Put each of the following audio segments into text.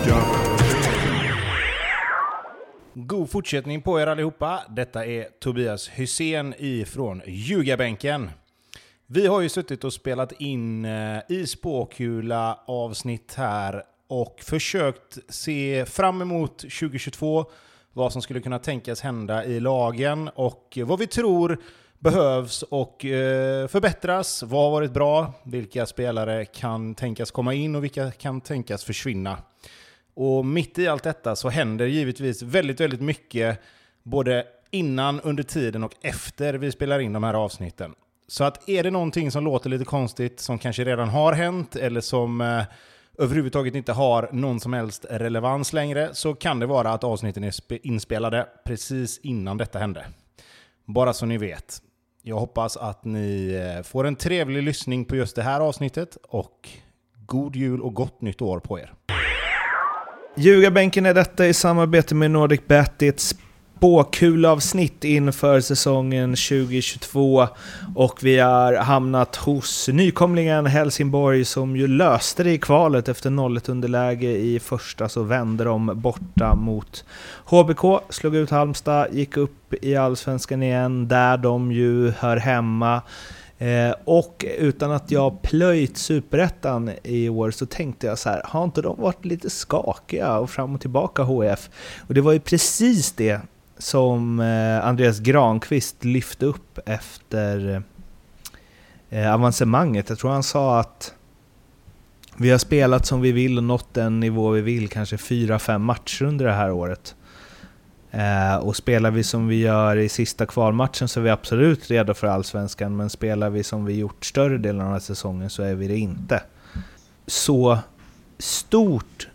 God fortsättning på er allihopa. Detta är Tobias Hysén ifrån Ljugarbänken. Vi har ju suttit och spelat in i spåkula avsnitt här och försökt se fram emot 2022, vad som skulle kunna tänkas hända i lagen och vad vi tror behövs och förbättras. Vad har varit bra? Vilka spelare kan tänkas komma in och vilka kan tänkas försvinna? Och mitt i allt detta så händer givetvis väldigt, väldigt mycket både innan, under tiden och efter vi spelar in de här avsnitten. Så att är det någonting som låter lite konstigt som kanske redan har hänt eller som överhuvudtaget inte har någon som helst relevans längre, så kan det vara att avsnitten är inspelade precis innan detta hände. Bara så ni vet. Jag hoppas att ni får en trevlig lyssning på just det här avsnittet och god jul och gott nytt år på er. Ljugarbänken är detta i samarbete med NordicBet. Det är ett spåkulavsnitt inför säsongen 2022 och vi har hamnat hos nykomlingen Helsingborg som ju löste det i kvalet efter 0-1 underläge i första, så vände de borta mot HBK, slog ut Halmstad, gick upp i Allsvenskan igen där de ju hör hemma. Och utan att jag plöjt Superettan i år så tänkte jag så här, har inte de varit lite skakiga och fram och tillbaka HF? Och det var ju precis det som Andreas Granqvist lyfte upp efter avancemanget. Jag tror han sa att vi har spelat som vi vill och nått den nivå vi vill kanske 4-5 matcher under det här året. Och spelar vi som vi gör i sista kvalmatchen så är vi absolut redo för Allsvenskan, men spelar vi som vi gjort större delen av den här säsongen så är vi det inte. Så stort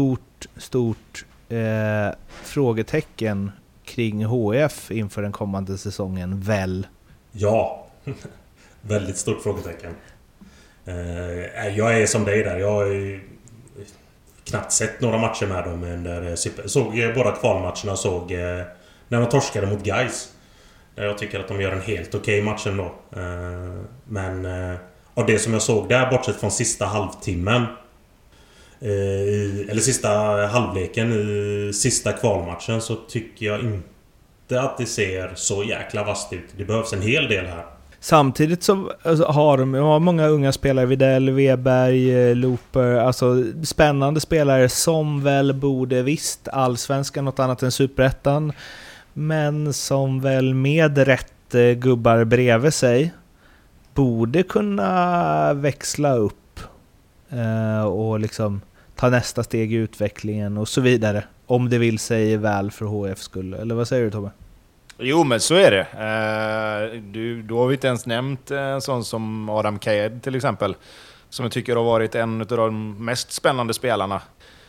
frågetecken kring HF inför den kommande säsongen väl? Ja, väldigt stort frågetecken. Jag är som dig där, jag har ju knappt sett några matcher med dem under Super. Såg båda kvalmatcherna, såg när de torskade mot Gais. Jag tycker att de gör en helt okej match ändå. Men av det som jag såg där, bortsett från sista halvtimmen eller sista halvleken i sista kvalmatchen, så tycker jag inte att det ser så jäkla vasst ut. Det behövs en hel del här. Samtidigt så har de många unga spelare, Videll, Weberg, Looper, alltså spännande spelare som väl borde visst Allsvenskan något annat än Superettan, men som väl med rätt gubbar bredvid sig borde kunna växla upp och liksom ta nästa steg i utvecklingen och så vidare, om det vill sig väl för HF skull. Eller vad säger du, Tobbe? Jo, men så är det. Då har vi inte ens nämnt en sån som Adam Kaed till exempel, som jag tycker har varit en av de mest spännande spelarna.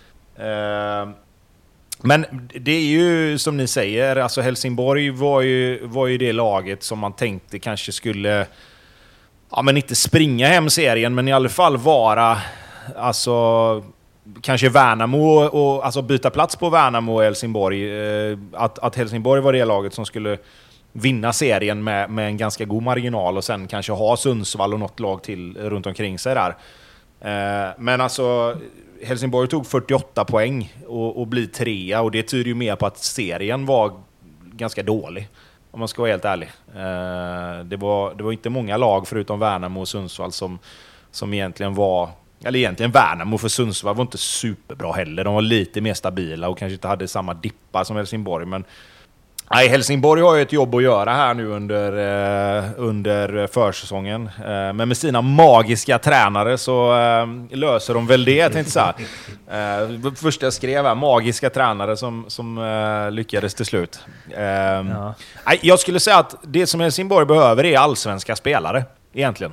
Men det är ju som ni säger, alltså Helsingborg var ju det laget som man tänkte kanske skulle, ja, men inte springa hem serien, men i alla fall vara, alltså kanske Värnamo och alltså byta plats på Värnamo och Helsingborg. Att Helsingborg var det laget som skulle vinna serien med en ganska god marginal och sen kanske ha Sundsvall och något lag till runt omkring sig där. Men alltså Helsingborg tog 48 poäng och blir 3, och det tyder ju mer på att serien var ganska dålig, om man ska vara helt ärlig. Det var inte många lag förutom Värnamo och Sundsvall som egentligen var, eller egentligen Värnamo, för Sundsvall var inte superbra heller. De var lite mer stabila och kanske inte hade samma dippar som Helsingborg. Men nej, Helsingborg har ju ett jobb att göra här nu under försäsongen. Men med sina magiska tränare så löser de väl det, jag tänkte så här. Först jag skrev här, magiska tränare som lyckades till slut. Ja. Nej, jag skulle säga att det som Helsingborg behöver är allsvenska spelare, egentligen.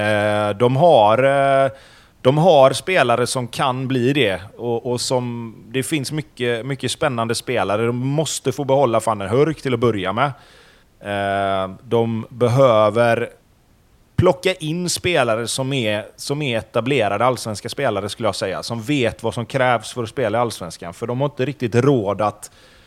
De har spelare som kan bli det, och som det finns mycket spännande spelare. De måste få behålla Van den Hurk till att börja med. De behöver plocka in spelare som är etablerade allsvenska spelare, skulle jag säga, som vet vad som krävs för att spela i allsvenskan, för de har inte riktigt råd att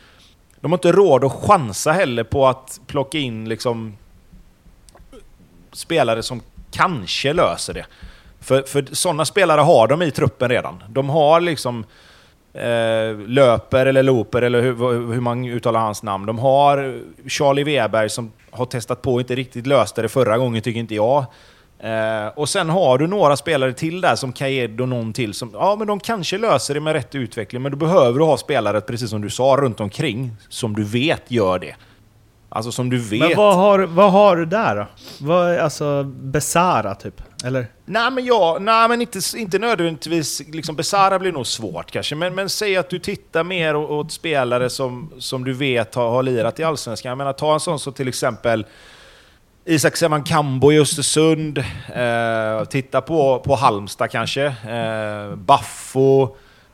chansa heller på att plocka in liksom spelare som kanske löser det. För sådana spelare har de i truppen redan. De har liksom Löper eller Loper eller hur man uttalar hans namn. De har Charlie Weber som har testat på och inte riktigt löste det förra gången, tycker inte jag. Och sen har du några spelare till där som Kaed och någon till som, ja men de kanske löser det med rätt utveckling, men då behöver du ha spelare, precis som du sa, runt omkring som du vet gör det. Alltså som du vet. Men vad har du där då? Alltså Besara typ, eller? Nej men inte nödvändigtvis liksom. Besara blir nog svårt kanske, men säg att du tittar mer åt spelare som du vet har lirat i Allsvenskan. Jag menar, ta en sån som till exempel Isak Sevan-Kambo i Östersund. Titta på Halmstad kanske. Baffo.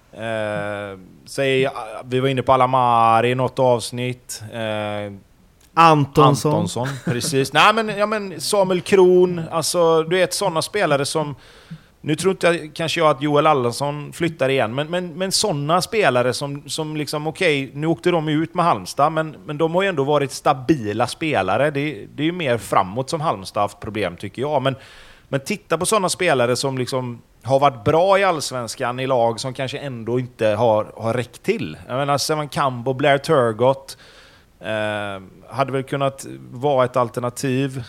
Vi var inne på Alamari i något avsnitt. Antonsson. Precis. men Samuel Kron. Alltså, du vet sådana spelare som... Nu tror inte kanske jag att Joel Allansson flyttar igen, men sådana spelare som liksom, okej, nu åkte de ut med Halmstad, men de har ju ändå varit stabila spelare. Det är ju mer framåt som Halmstad haft problem, tycker jag. Men titta på sådana spelare som liksom har varit bra i Allsvenskan i lag som kanske ändå inte har räckt till. Jag menar, Sevan Kambo, Blair Turgott hade väl kunnat vara ett alternativ.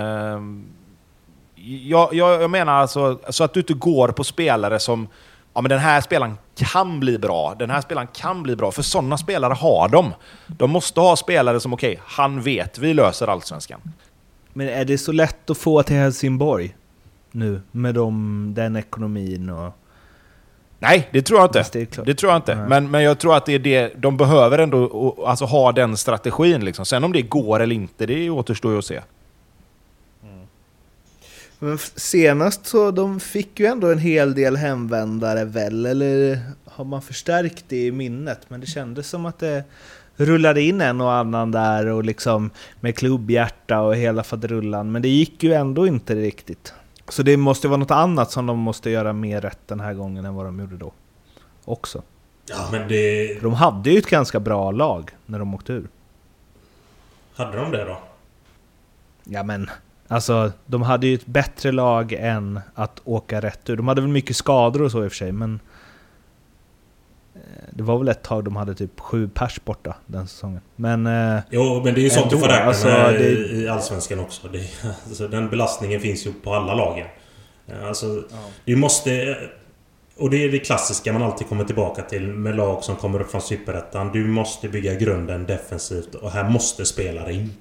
Jag menar alltså så att du inte går på spelare som, ja men den här spelaren kan bli bra, för sådana spelare har de. De måste ha spelare som, okej, han vet vi löser Allsvenskan. Men är det så lätt att få till Helsingborg nu med den ekonomin och... Nej, det tror jag inte. Men jag tror att det är det de behöver ändå, alltså ha den strategin liksom. Sen om det går eller inte, det återstår ju att se. Men senast så de fick ju ändå en hel del hemvändare väl, eller har man förstärkt det i minnet? Men det kändes som att det rullade in en och annan där och liksom med klubbhjärta och hela faderullan, men det gick ju ändå inte riktigt. Så det måste vara något annat som de måste göra mer rätt den här gången än vad de gjorde då också. Ja, men det... För de hade ju ett ganska bra lag när de åkte ur. Hade de det då? Ja, men alltså, de hade ju ett bättre lag än att åka rätt ur. De hade väl mycket skador och så i och för sig, men det var väl ett tag de hade typ 7 pers borta den säsongen. Men jo, men det är ju sånt du får räkna alltså, med i Allsvenskan också. Alltså, den belastningen finns ju på alla lagen. Alltså, du måste... Och det är det klassiska man alltid kommer tillbaka till med lag som kommer upp från Superettan. Du måste bygga grunden defensivt och här måste spelare in.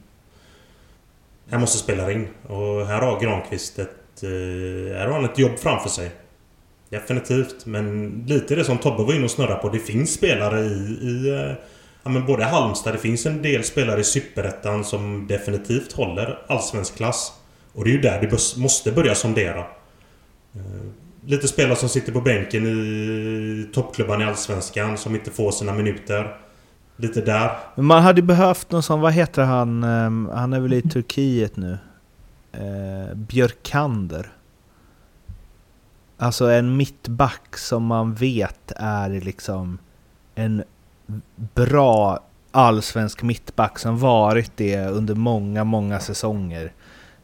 Och här har Granqvist ett jobb framför sig. Definitivt. Men lite det som Tobbe var inne och snurra på. Det finns spelare i men både Halmstad. Det finns en del spelare i Superettan som definitivt håller allsvensk klass. Och det är ju där du måste börja sondera. Lite spelare som sitter på bänken i toppklubban i Allsvenskan som inte får sina minuter. Lite där. Men man hade behövt någon som, vad heter han? Han är väl i Turkiet nu. Björkander. Alltså en mittback som man vet är liksom en bra allsvensk mittback som varit det under många säsonger.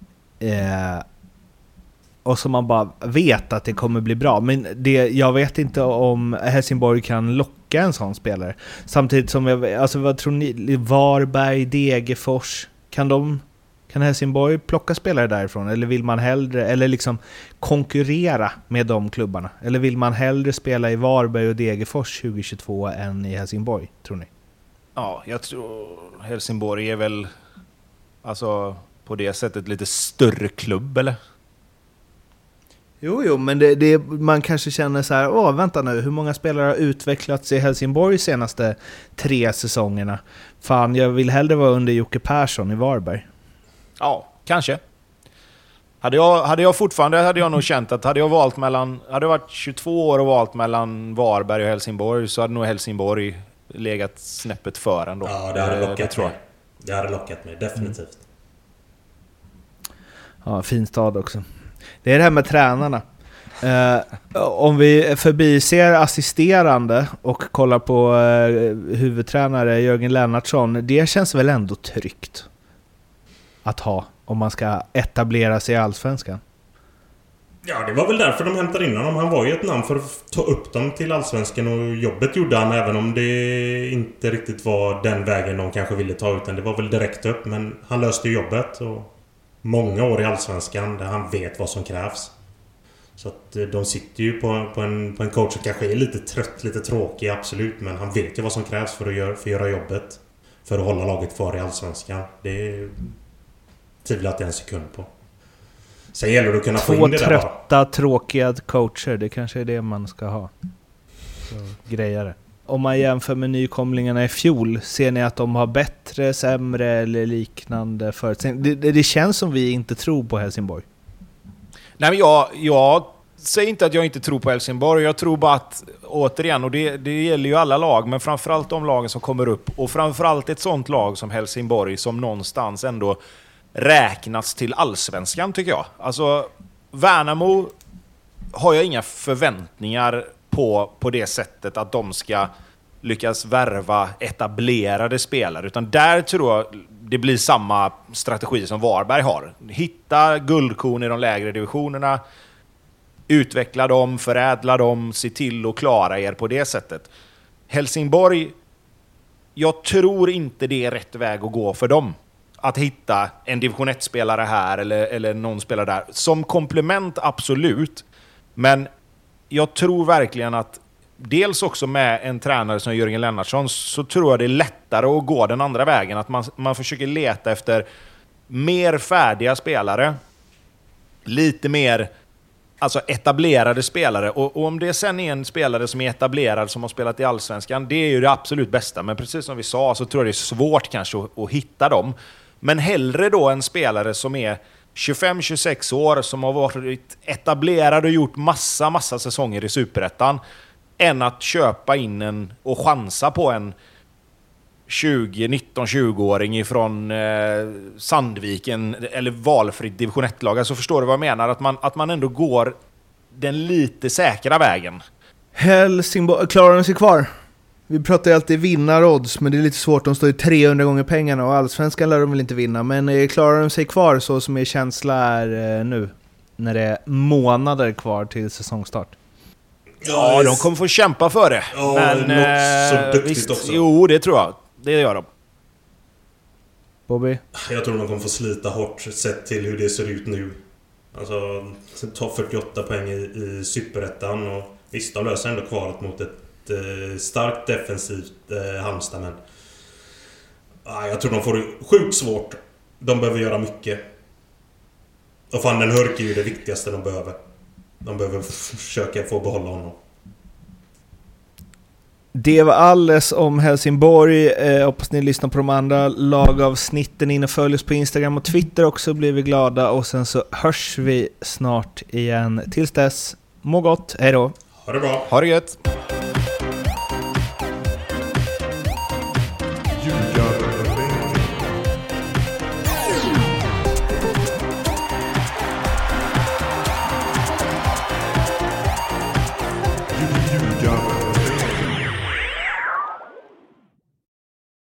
Och som man bara vet att det kommer bli bra. Men jag vet inte om Helsingborg kan locka en sån spelare. Samtidigt som vad tror ni? Varberg, Degerfors, kan Helsingborg plocka spelare därifrån? Eller vill man hellre, eller liksom konkurrera med de klubbarna? Eller vill man hellre spela i Varberg och Degerfors 2022 än i Helsingborg, tror ni? Ja, jag tror Helsingborg är väl alltså på det sättet lite större klubb, eller? Jo, men man kanske känner så här, vänta nu, hur många spelare har utvecklats i Helsingborg senaste 3 säsongerna? Fan, jag vill hellre vara under Jocke Persson i Varberg. Ja, kanske. Hade jag nog känt att hade jag varit 22 år och valt mellan Varberg och Helsingborg, så hade nog Helsingborg legat snäppet före ändå. Ja, det hade lockat mig. Det hade lockat mig, definitivt. Ja, fin stad också. Det är det här med tränarna. Om vi förbiser assisterande och kollar på huvudtränare Jörgen Lennartsson, det känns väl ändå tryggt att ha om man ska etablera sig i Allsvenskan? Ja, det var väl därför de hämtade in honom. Han var ju ett namn för att ta upp dem till Allsvenskan, och jobbet gjorde han, även om det inte riktigt var den vägen de kanske ville ta, utan det var väl direkt upp. Men han löste ju jobbet, och många år i Allsvenskan där han vet vad som krävs. Så att de sitter ju på en coach som kanske är lite trött, lite tråkig, absolut. Men han vet ju vad som krävs för att göra jobbet. För att hålla laget kvar i Allsvenskan. Det tvivlar jag en sekund på. Sen gäller det att kunna få in det där. 2 trötta, tråkiga coacher, det kanske är det man ska ha. Så grejer det. Om man jämför med nykomlingarna i fjol, ser ni att de har bättre, sämre eller liknande förutsättningar? Det känns som vi inte tror på Helsingborg. Nej, men jag säger inte att jag inte tror på Helsingborg. Jag tror bara att, återigen, och det gäller ju alla lag, men framförallt de lagen som kommer upp, och framförallt ett sånt lag som Helsingborg som någonstans ändå räknas till Allsvenskan, tycker jag. Alltså, Värnamo har jag inga förväntningar på det sättet att de ska lyckas värva etablerade spelare, utan där tror jag det blir samma strategi som Varberg har. Hitta guldkorn i de lägre divisionerna, utveckla dem, förädla dem, se till att klara er på det sättet. Helsingborg, jag tror inte det är rätt väg att gå för dem. Att hitta en division 1-spelare här eller någon spelare där. Som komplement, absolut. Men jag tror verkligen att dels också med en tränare som Jörgen Lennartsson, så tror jag det är lättare att gå den andra vägen. Att man försöker leta efter mer färdiga spelare. Lite mer alltså etablerade spelare. Och om det sen är en spelare som är etablerad som har spelat i Allsvenskan, det är ju det absolut bästa. Men precis som vi sa så tror jag det är svårt kanske att hitta dem. Men hellre då en spelare som är 25-26 år, som har varit etablerad och gjort massa säsonger i Superettan, än att köpa in och chansa på en 19-20-åring ifrån Sandviken eller valfritt division 1-lag. Alltså förstår du vad jag menar? Att man ändå går den lite säkra vägen. Helsingborg, klarar de sig kvar? Vi pratar ju alltid vinnarodds, men det är lite svårt. De står ju 300 gånger pengarna och Allsvenskan lär de väl inte vinna. Men klarar de sig kvar så som er känsla är nu? När det är månader kvar till säsongstart. Ja, de kommer få kämpa för det. Ja, men något så duktigt visst, också. Jo, det tror jag. Det gör de. Bobby? Jag tror de kommer få slita hårt sett till hur det ser ut nu. Alltså, ta 48 poäng i Superettan, och visst, de löser ändå kvalet mot ett starkt defensivt Halmstad, men jag tror de får det sjukt svårt. De behöver göra mycket. Och fan, den Hörk är ju det viktigaste de behöver. De behöver försöka få behålla honom. Det var alles om Helsingborg. Hoppas ni lyssnar på de andra lagavsnitten. In och följ oss på Instagram och Twitter också, blir vi glada. Och sen så hörs vi snart igen. Tills dess, må gott. Hej då. Ha det bra. Ha det gött.